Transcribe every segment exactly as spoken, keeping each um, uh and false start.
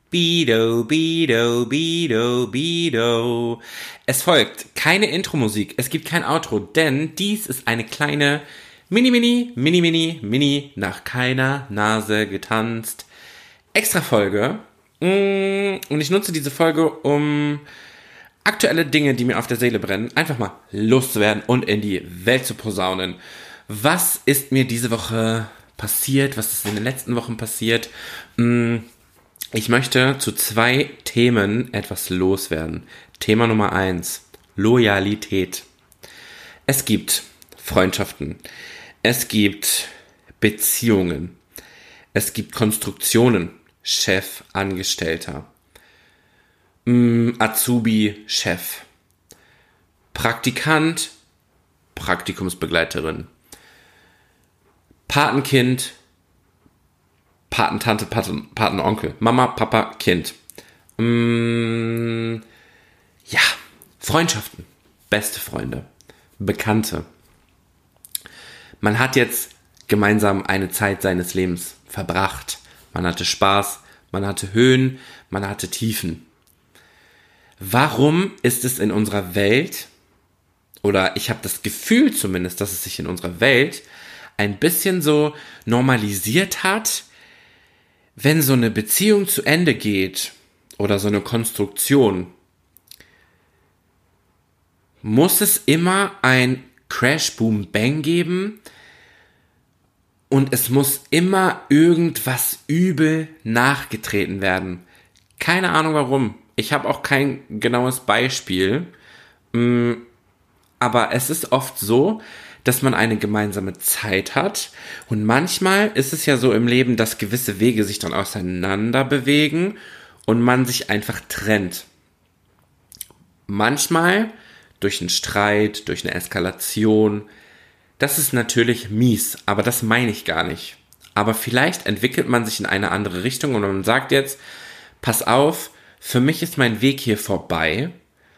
Bido, Bido, Bido, Bido. Es folgt keine Intro-Musik, es gibt kein Outro, denn dies ist eine kleine Mini-Mini, Mini-Mini, Mini, nach keiner Nase getanzt Extra-Folge. Und ich nutze diese Folge, um aktuelle Dinge, die mir auf der Seele brennen, einfach mal loszuwerden und in die Welt zu posaunen. Was ist mir diese Woche passiert? Was ist in den letzten Wochen passiert? Ich möchte zu zwei Themen etwas loswerden. Thema Nummer eins, Loyalität. Es gibt Freundschaften. Es gibt Beziehungen. Es gibt Konstruktionen. Chef, Angestellter. Azubi, Chef. Praktikant, Praktikumsbegleiterin. Patenkind, Patentante, Paten, Patenonkel. Mama, Papa, Kind. Mm, ja, Freundschaften. Beste Freunde. Bekannte. Man hat jetzt gemeinsam eine Zeit seines Lebens verbracht. Man hatte Spaß, man hatte Höhen, man hatte Tiefen. Warum ist es in unserer Welt, oder ich habe das Gefühl zumindest, dass es sich in unserer Welt ein bisschen so normalisiert hat, wenn so eine Beziehung zu Ende geht oder so eine Konstruktion, muss es immer ein Crash, Boom, Bang geben und es muss immer irgendwas übel nachgetreten werden. Keine Ahnung warum. Ich habe auch kein genaues Beispiel, aber es ist oft so, dass man eine gemeinsame Zeit hat und manchmal ist es ja so im Leben, dass gewisse Wege sich dann auseinander bewegen und man sich einfach trennt. Manchmal durch einen Streit, durch eine Eskalation. Das ist natürlich mies, aber das meine ich gar nicht. Aber vielleicht entwickelt man sich in eine andere Richtung und man sagt jetzt, pass auf, für mich ist mein Weg hier vorbei.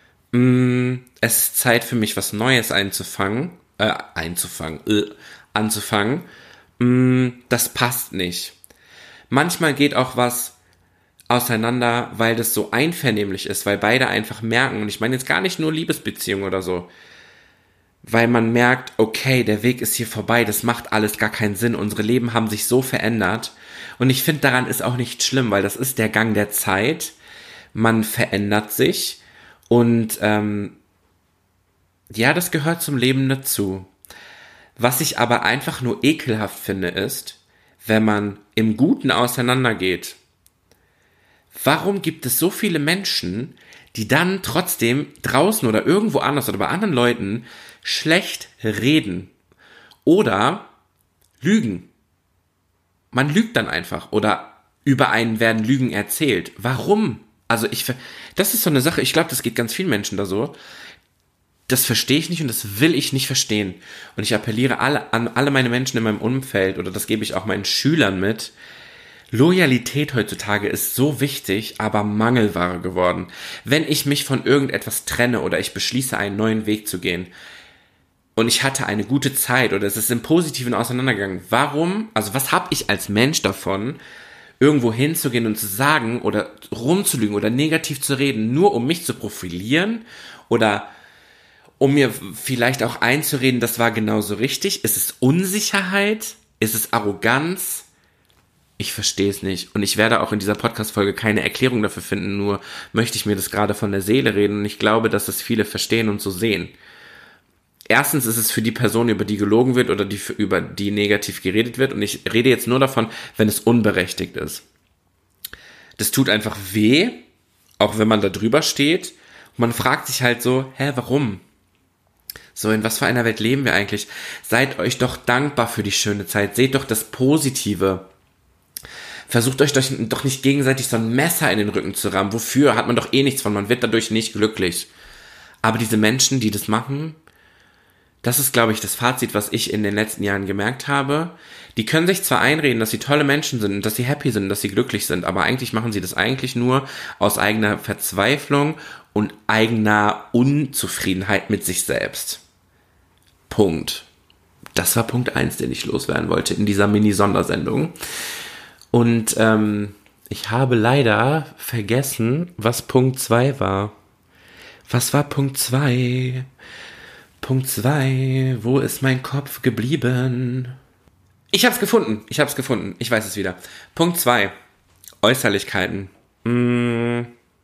Es ist Zeit für mich, was Neues einzufangen. Äh, einzufangen, äh, anzufangen, mh, das passt nicht. Manchmal geht auch was auseinander, weil das so einvernehmlich ist, weil beide einfach merken, und ich meine jetzt gar nicht nur Liebesbeziehungen oder so, weil man merkt, okay, der Weg ist hier vorbei, das macht alles gar keinen Sinn, unsere Leben haben sich so verändert und ich finde, daran ist auch nicht schlimm, weil das ist der Gang der Zeit, man verändert sich und ähm, ja, das gehört zum Leben dazu. Was ich aber einfach nur ekelhaft finde, ist, wenn man im Guten auseinandergeht. Warum gibt es so viele Menschen, die dann trotzdem draußen oder irgendwo anders oder bei anderen Leuten schlecht reden oder lügen? Man lügt dann einfach oder über einen werden Lügen erzählt. Warum? Also ich, das ist so eine Sache, ich glaube, das geht ganz vielen Menschen da so. Das verstehe ich nicht und das will ich nicht verstehen. Und ich appelliere alle, an alle meine Menschen in meinem Umfeld, oder das gebe ich auch meinen Schülern mit, Loyalität heutzutage ist so wichtig, aber Mangelware geworden. Wenn ich mich von irgendetwas trenne oder ich beschließe, einen neuen Weg zu gehen und ich hatte eine gute Zeit oder es ist im Positiven auseinandergegangen, warum, also was habe ich als Mensch davon, irgendwo hinzugehen und zu sagen oder rumzulügen oder negativ zu reden, nur um mich zu profilieren oder um mir vielleicht auch einzureden, das war genauso richtig? Ist es Unsicherheit? Ist es Arroganz? Ich verstehe es nicht. Und ich werde auch in dieser Podcast-Folge keine Erklärung dafür finden, nur möchte ich mir das gerade von der Seele reden und ich glaube, dass es viele verstehen und so sehen. Erstens ist es für die Person, über die gelogen wird oder die, über die negativ geredet wird und ich rede jetzt nur davon, wenn es unberechtigt ist. Das tut einfach weh, auch wenn man da drüber steht und man fragt sich halt so, hä, warum? So, in was für einer Welt leben wir eigentlich? Seid euch doch dankbar für die schöne Zeit. Seht doch das Positive. Versucht euch doch nicht gegenseitig so ein Messer in den Rücken zu rammen. Wofür? Hat man doch eh nichts von. Man wird dadurch nicht glücklich. Aber diese Menschen, die das machen, das ist, glaube ich, das Fazit, was ich in den letzten Jahren gemerkt habe. Die können sich zwar einreden, dass sie tolle Menschen sind und dass sie happy sind, dass sie glücklich sind, aber eigentlich machen sie das eigentlich nur aus eigener Verzweiflung und eigener Unzufriedenheit mit sich selbst. Punkt. Das war Punkt eins, den ich loswerden wollte in dieser Mini-Sondersendung. Und ähm, Ich habe leider vergessen, was Punkt zwei war. Was war Punkt zwei? Punkt zwei, wo ist mein Kopf geblieben? Ich hab's gefunden, ich hab's gefunden, ich weiß es wieder. Punkt zwei, Äußerlichkeiten. Hm.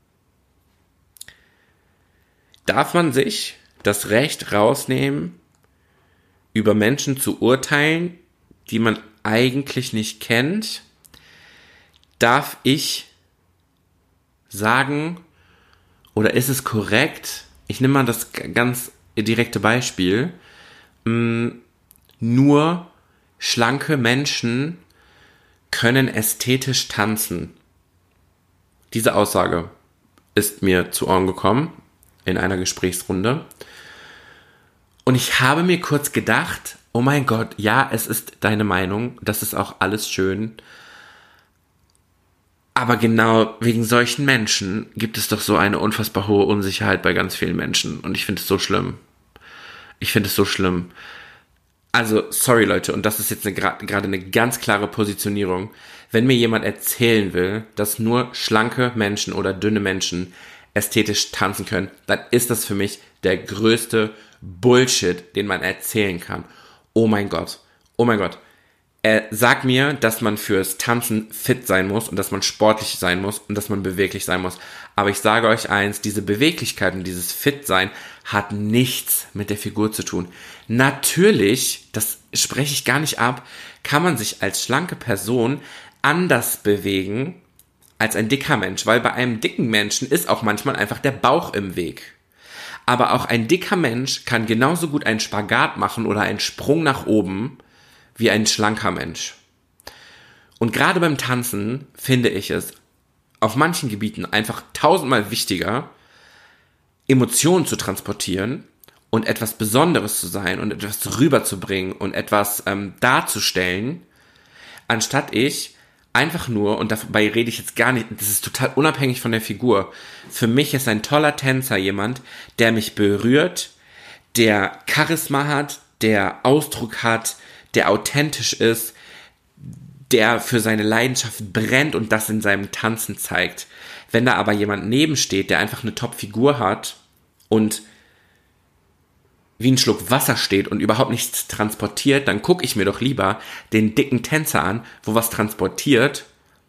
Darf man sich das Recht rausnehmen, über Menschen zu urteilen, die man eigentlich nicht kennt? Darf ich sagen, oder ist es korrekt, ich nehme mal das ganz direkte Beispiel, nur schlanke Menschen können ästhetisch tanzen. Diese Aussage ist mir zu Ohren gekommen in einer Gesprächsrunde. Und ich habe mir kurz gedacht, oh mein Gott, ja, es ist deine Meinung, das ist auch alles schön. Aber genau wegen solchen Menschen gibt es doch so eine unfassbar hohe Unsicherheit bei ganz vielen Menschen. Und ich finde es so schlimm. Ich finde es so schlimm. Also, sorry Leute, und das ist jetzt gerade eine ganz klare Positionierung. Wenn mir jemand erzählen will, dass nur schlanke Menschen oder dünne Menschen ästhetisch tanzen können, dann ist das für mich der größte Bullshit, den man erzählen kann. Oh mein Gott. Oh mein Gott. Äh, sag mir, dass man fürs Tanzen fit sein muss und dass man sportlich sein muss und dass man beweglich sein muss. Aber ich sage euch eins, diese Beweglichkeit und dieses Fit-Sein hat nichts mit der Figur zu tun. Natürlich, das spreche ich gar nicht ab, kann man sich als schlanke Person anders bewegen als ein dicker Mensch, weil bei einem dicken Menschen ist auch manchmal einfach der Bauch im Weg. Aber auch ein dicker Mensch kann genauso gut einen Spagat machen oder einen Sprung nach oben wie ein schlanker Mensch. Und gerade beim Tanzen finde ich es auf manchen Gebieten einfach tausendmal wichtiger, Emotionen zu transportieren und etwas Besonderes zu sein und etwas rüberzubringen und etwas ähm, darzustellen, anstatt ich einfach nur, und dabei rede ich jetzt gar nicht, das ist total unabhängig von der Figur. Für mich ist ein toller Tänzer jemand, der mich berührt, der Charisma hat, der Ausdruck hat, der authentisch ist, der für seine Leidenschaft brennt und das in seinem Tanzen zeigt. Wenn da aber jemand nebensteht, der einfach eine Top-Figur hat und wie ein Schluck Wasser steht und überhaupt nichts transportiert, dann gucke ich mir doch lieber den dicken Tänzer an, wo was transportiert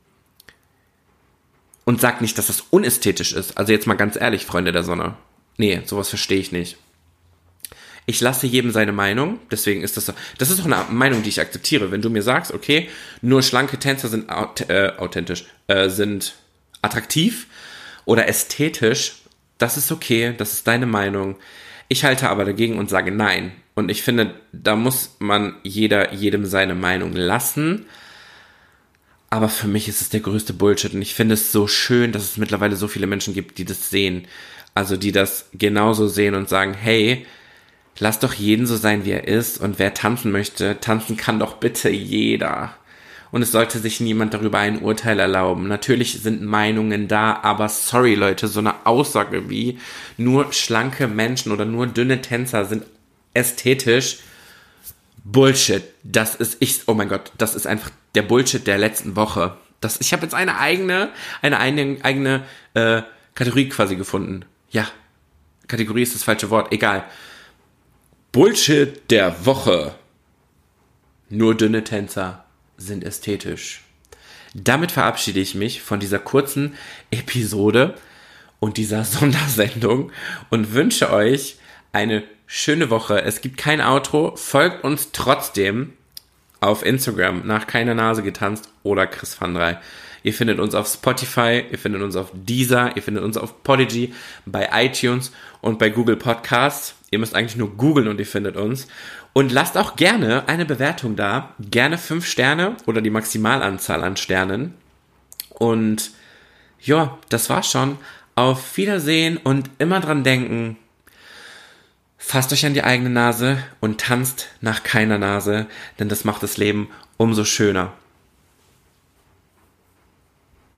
und sag nicht, dass das unästhetisch ist. Also jetzt mal ganz ehrlich, Freunde der Sonne. Nee, sowas verstehe ich nicht. Ich lasse jedem seine Meinung, deswegen ist das so. Das ist auch eine Meinung, die ich akzeptiere. Wenn du mir sagst, okay, nur schlanke Tänzer sind äh, authentisch, äh, sind attraktiv oder ästhetisch, das ist okay, das ist deine Meinung. Ich halte aber dagegen und sage nein. Und ich finde, da muss man jeder jedem seine Meinung lassen. Aber für mich ist es der größte Bullshit. Und ich finde es so schön, dass es mittlerweile so viele Menschen gibt, die das sehen. Also die das genauso sehen und sagen, hey, lass doch jeden so sein, wie er ist. Und wer tanzen möchte, tanzen kann doch bitte jeder. Und es sollte sich niemand darüber ein Urteil erlauben. Natürlich sind Meinungen da, aber sorry Leute, so eine Aussage wie nur schlanke Menschen oder nur dünne Tänzer sind ästhetisch. Bullshit. Das ist ich. Oh mein Gott, das ist einfach der Bullshit der letzten Woche. Das, ich habe jetzt eine eigene, eine eigene, eigene äh, Kategorie quasi gefunden. Ja, Kategorie ist das falsche Wort. Egal. Bullshit der Woche. Nur dünne Tänzer sind ästhetisch. Damit verabschiede ich mich von dieser kurzen Episode und dieser Sondersendung und wünsche euch eine schöne Woche. Es gibt kein Outro. Folgt uns trotzdem auf Instagram nach Keine Nase getanzt oder Chris van Drey. Ihr findet uns auf Spotify, ihr findet uns auf Deezer, ihr findet uns auf Podigy, bei iTunes und bei Google Podcasts. Ihr müsst eigentlich nur googeln und ihr findet uns. Und lasst auch gerne eine Bewertung da. Gerne fünf Sterne oder die Maximalanzahl an Sternen. Und ja, das war's schon. Auf Wiedersehen und immer dran denken, fasst euch an die eigene Nase und tanzt nach keiner Nase, denn das macht das Leben umso schöner.